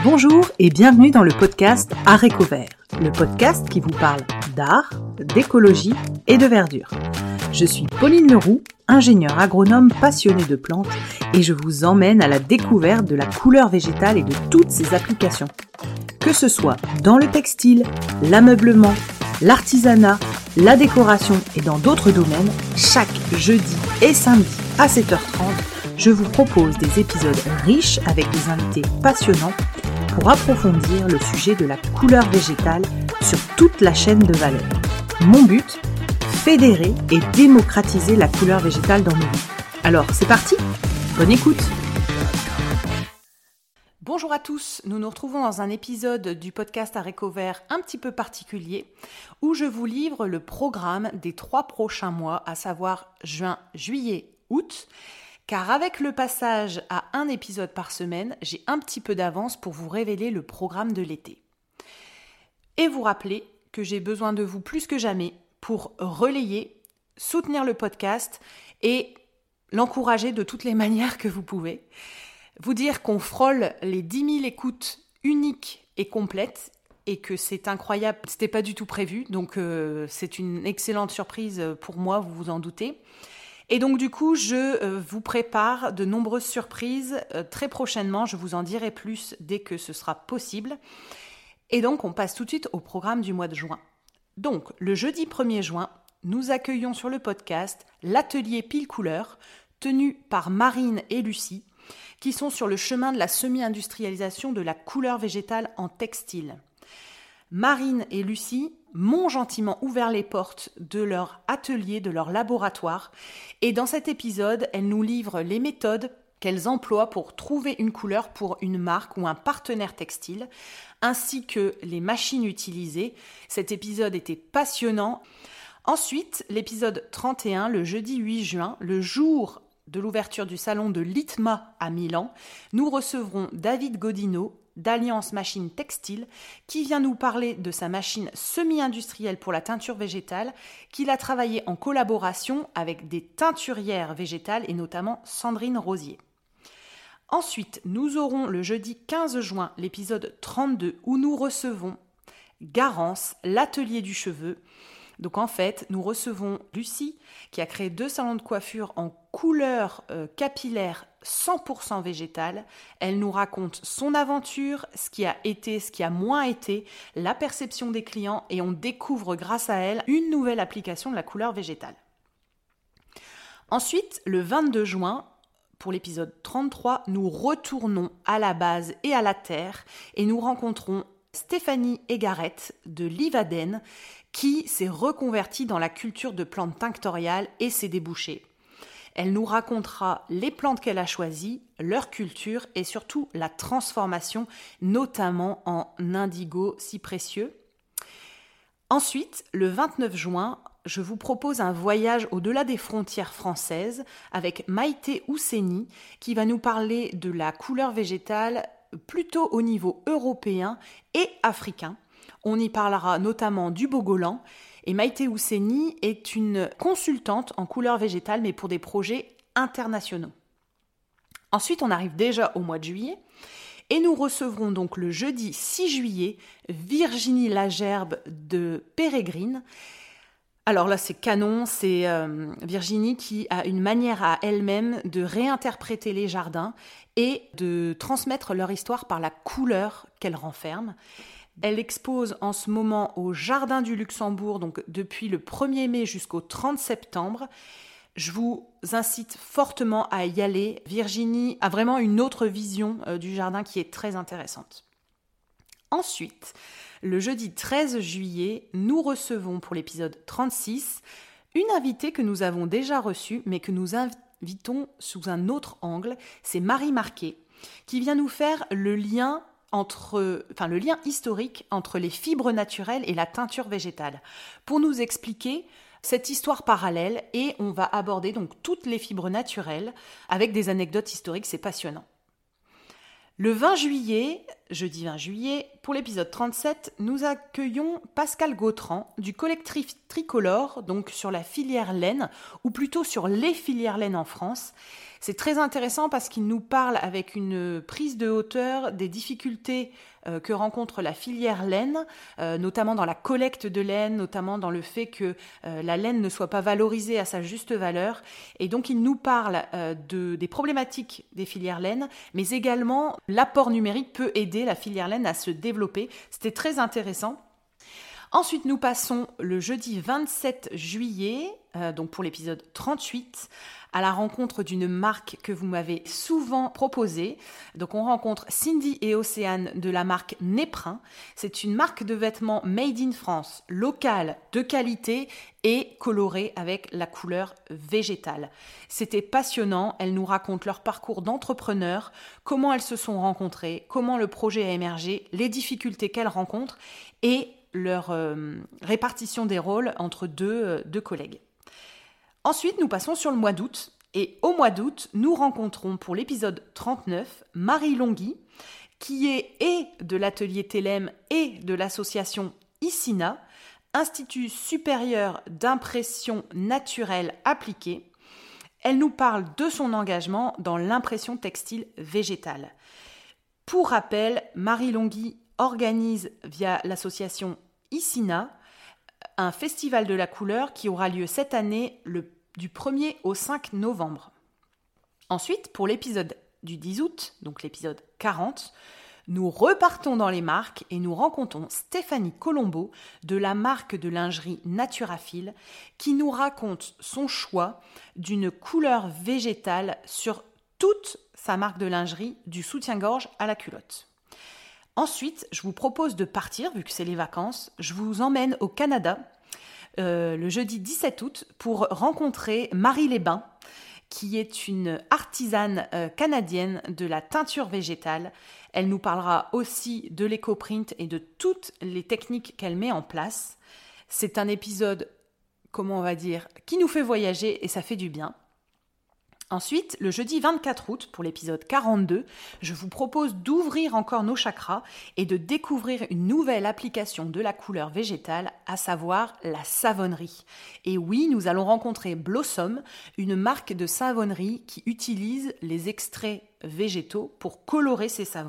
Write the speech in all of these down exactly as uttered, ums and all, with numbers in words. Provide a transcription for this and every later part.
Bonjour et bienvenue dans le podcast Haricots Verts, le podcast qui vous parle d'art, d'écologie et de verdure. Je suis Pauline Leroux, ingénieure agronome passionnée de plantes et je vous emmène à la découverte de la couleur végétale et de toutes ses applications. Que ce soit dans le textile, l'ameublement, l'artisanat, la décoration et dans d'autres domaines, chaque jeudi et samedi à sept heures trente, je vous propose des épisodes riches avec des invités passionnants pour approfondir le sujet de la couleur végétale sur toute la chaîne de valeur. Mon but, fédérer et démocratiser la couleur végétale dans nos vies. Alors, c'est parti, bonne écoute. Bonjour à tous, nous nous retrouvons dans un épisode du podcast Haricots Verts un petit peu particulier où je vous livre le programme des trois prochains mois, à savoir juin, juillet, août. Car avec le passage à un épisode par semaine, j'ai un petit peu d'avance pour vous révéler le programme de l'été. Et vous rappeler que j'ai besoin de vous plus que jamais pour relayer, soutenir le podcast et l'encourager de toutes les manières que vous pouvez. Vous dire qu'on frôle les dix mille écoutes uniques et complètes et que c'est incroyable, c'était pas du tout prévu, donc euh, c'est une excellente surprise pour moi, vous vous en doutez. Et donc du coup, je euh, vous prépare de nombreuses surprises euh, très prochainement. Je vous en dirai plus dès que ce sera possible. Et donc, on passe tout de suite au programme du mois de juin. Donc, le jeudi premier juin, nous accueillons sur le podcast l'atelier Pile Couleur, tenu par Marine et Lucie, qui sont sur le chemin de la semi-industrialisation de la couleur végétale en textile. Marine et Lucie m'ont gentiment ouvert les portes de leur atelier, de leur laboratoire. Et dans cet épisode, elles nous livrent les méthodes qu'elles emploient pour trouver une couleur pour une marque ou un partenaire textile, ainsi que les machines utilisées. Cet épisode était passionnant. Ensuite, l'épisode trente et un, le jeudi huit juin, le jour de l'ouverture du salon de l'I T M A à Milan, nous recevrons David Godino, d'Alliance Machine Textile, qui vient nous parler de sa machine semi-industrielle pour la teinture végétale, qu'il a travaillée en collaboration avec des teinturières végétales et notamment Sandrine Rosier. Ensuite, nous aurons le jeudi quinze juin l'épisode trente-deux où nous recevons Garance, l'atelier du cheveu. Donc en fait, nous recevons Lucie qui a créé deux salons de coiffure en couleur euh, capillaire cent pour cent végétale. Elle nous raconte son aventure, ce qui a été, ce qui a moins été, la perception des clients et on découvre grâce à elle une nouvelle application de la couleur végétale. Ensuite, le vingt-deux juin, pour l'épisode trente-trois, nous retournons à la base et à la terre et nous rencontrons Stéphanie Egaret de Livaden qui s'est reconvertie dans la culture de plantes tinctoriales et ses débouchés. Elle nous racontera les plantes qu'elle a choisies, leur culture et surtout la transformation, notamment en indigo si précieux. Ensuite, le vingt-neuf juin, je vous propose un voyage au-delà des frontières françaises avec Maïté Ousseni qui va nous parler de la couleur végétale plutôt au niveau européen et africain. On y parlera notamment du Bogolan. Et Maïté Ousseni est une consultante en couleur végétale, mais pour des projets internationaux. Ensuite, on arrive déjà au mois de juillet. Et nous recevrons donc le jeudi six juillet Virginie Lagerbe de Pérégrine. Alors là, c'est canon. C'est euh, Virginie qui a une manière à elle-même de réinterpréter les jardins et de transmettre leur histoire par la couleur qu'elle renferme. Elle expose en ce moment au Jardin du Luxembourg, donc depuis le premier mai jusqu'au trente septembre. Je vous incite fortement à y aller. Virginie a vraiment une autre vision euh, du jardin qui est très intéressante. Ensuite, le jeudi treize juillet, nous recevons pour l'épisode trente-six une invitée que nous avons déjà reçue, mais que nous invitons sous un autre angle. C'est Marie Marquet, qui vient nous faire le lien Entre, enfin, le lien historique entre les fibres naturelles et la teinture végétale, pour nous expliquer cette histoire parallèle et on va aborder donc toutes les fibres naturelles avec des anecdotes historiques, c'est passionnant. Le vingt juillet, jeudi vingt juillet. Pour l'épisode trente-sept, nous accueillons Pascal Gautran du collectif Tricolore, donc sur la filière laine, ou plutôt sur les filières laine en France. C'est très intéressant parce qu'il nous parle avec une prise de hauteur des difficultés euh, que rencontre la filière laine, euh, notamment dans la collecte de laine, notamment dans le fait que euh, la laine ne soit pas valorisée à sa juste valeur. Et donc il nous parle euh, de, des problématiques des filières laine, mais également l'apport numérique peut aider la filière laine à se développer. C'était très intéressant. Ensuite, nous passons le jeudi vingt-sept juillet, euh, donc pour l'épisode trente-huit, à la rencontre d'une marque que vous m'avez souvent proposée. Donc on rencontre Cindy et Océane de la marque Néprin. C'est une marque de vêtements made in France, locale, de qualité et colorée avec la couleur végétale. C'était passionnant. Elles nous racontent leur parcours d'entrepreneur, comment elles se sont rencontrées, comment le projet a émergé, les difficultés qu'elles rencontrent et leur euh, répartition des rôles entre deux, euh, deux collègues. Ensuite, nous passons sur le mois d'août. Et au mois d'août, nous rencontrons pour l'épisode trente-neuf Marie Longhi, qui est et de l'atelier Télème et de l'association ISINA, Institut supérieur d'impression naturelle appliquée. Elle nous parle de son engagement dans l'impression textile végétale. Pour rappel, Marie Longhi organise via l'association ISINA un festival de la couleur qui aura lieu cette année le, du premier au cinq novembre. Ensuite, pour l'épisode du dix août, donc l'épisode quarante, nous repartons dans les marques et nous rencontrons Stéphanie Colombo de la marque de lingerie Naturafil qui nous raconte son choix d'une couleur végétale sur toute sa marque de lingerie, du soutien-gorge à la culotte. Ensuite, je vous propose de partir, vu que c'est les vacances. Je vous emmène au Canada euh, le jeudi dix-sept août pour rencontrer Marie Lesbains, qui est une artisane euh, canadienne de la teinture végétale. Elle nous parlera aussi de l'éco-print et de toutes les techniques qu'elle met en place. C'est un épisode, comment on va dire, qui nous fait voyager et ça fait du bien. Ensuite, le jeudi vingt-quatre août, pour l'épisode quarante-deux, je vous propose d'ouvrir encore nos chakras et de découvrir une nouvelle application de la couleur végétale, à savoir la savonnerie. Et oui, nous allons rencontrer Blossom, une marque de savonnerie qui utilise les extraits végétaux pour colorer ses savons.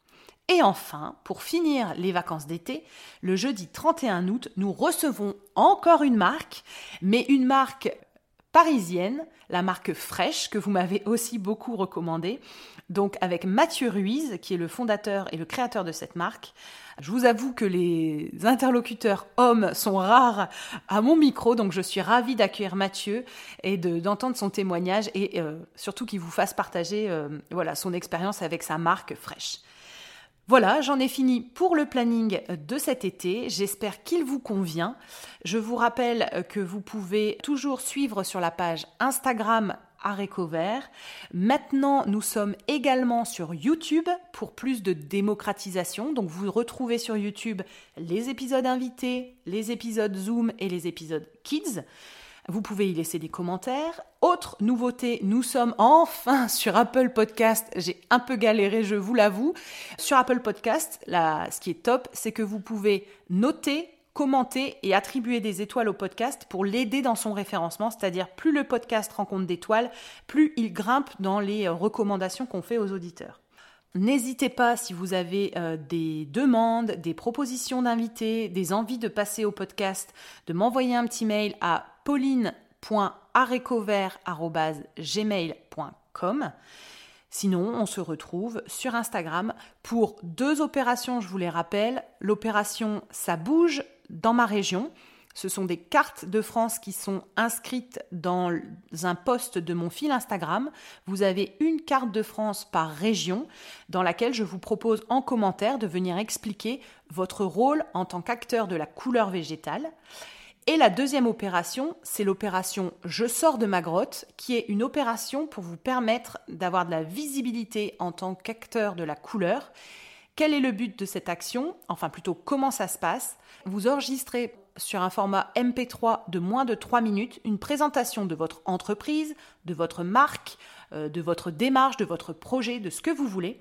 Et enfin, pour finir les vacances d'été, le jeudi trente et un août, nous recevons encore une marque, mais une marque parisienne, la marque Fresh, que vous m'avez aussi beaucoup recommandée, donc avec Mathieu Ruiz, qui est le fondateur et le créateur de cette marque. Je vous avoue que les interlocuteurs hommes sont rares à mon micro, donc je suis ravie d'accueillir Mathieu et de, d'entendre son témoignage et euh, surtout qu'il vous fasse partager euh, voilà, son expérience avec sa marque Fresh. Voilà, j'en ai fini pour le planning de cet été. J'espère qu'il vous convient. Je vous rappelle que vous pouvez toujours suivre sur la page Instagram Haricots Verts. Maintenant, nous sommes également sur YouTube pour plus de démocratisation. Donc, vous retrouvez sur YouTube les épisodes invités, les épisodes Zoom et les épisodes Kids. Vous pouvez y laisser des commentaires. Autre nouveauté, nous sommes enfin sur Apple Podcast. J'ai un peu galéré, je vous l'avoue. Sur Apple Podcast, là, ce qui est top, c'est que vous pouvez noter, commenter et attribuer des étoiles au podcast pour l'aider dans son référencement. C'est-à-dire, plus le podcast rencontre d'étoiles, plus il grimpe dans les recommandations qu'on fait aux auditeurs. N'hésitez pas, si vous avez euh, des demandes, des propositions d'invités, des envies de passer au podcast, de m'envoyer un petit mail à pauline point haricotsverts arobase gmail point com. Sinon, on se retrouve sur Instagram pour deux opérations, je vous les rappelle. L'opération « Ça bouge dans ma région ». Ce sont des cartes de France qui sont inscrites dans un post de mon fil Instagram. Vous avez une carte de France par région dans laquelle je vous propose en commentaire de venir expliquer votre rôle en tant qu'acteur de la couleur végétale. Et la deuxième opération, c'est l'opération « Je sors de ma grotte » qui est une opération pour vous permettre d'avoir de la visibilité en tant qu'acteur de la couleur. Quel est le but de cette action ? Enfin plutôt comment ça se passe ? Vous enregistrez sur un format M P trois de moins de trois minutes une présentation de votre entreprise, de votre marque, euh, de votre démarche, de votre projet, de ce que vous voulez.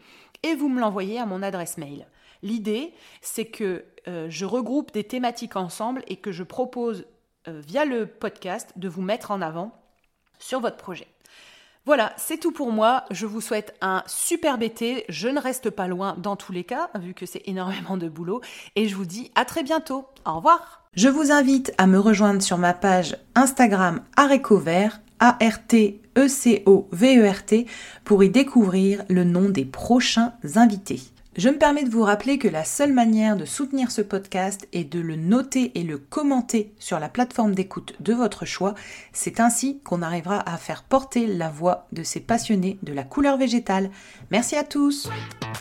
et vous me l'envoyez à mon adresse mail. L'idée, c'est que euh, je regroupe des thématiques ensemble et que je propose euh, via le podcast de vous mettre en avant sur votre projet. Voilà, c'est tout pour moi. Je vous souhaite un superbe été. Je ne reste pas loin dans tous les cas, vu que c'est énormément de boulot. Et je vous dis à très bientôt. Au revoir. Je vous invite à me rejoindre sur ma page Instagram Arecovert, A R T E C O V E R T, pour y découvrir le nom des prochains invités. Je me permets de vous rappeler que la seule manière de soutenir ce podcast est de le noter et le commenter sur la plateforme d'écoute de votre choix. C'est ainsi qu'on arrivera à faire porter la voix de ces passionnés de la couleur végétale. Merci à tous!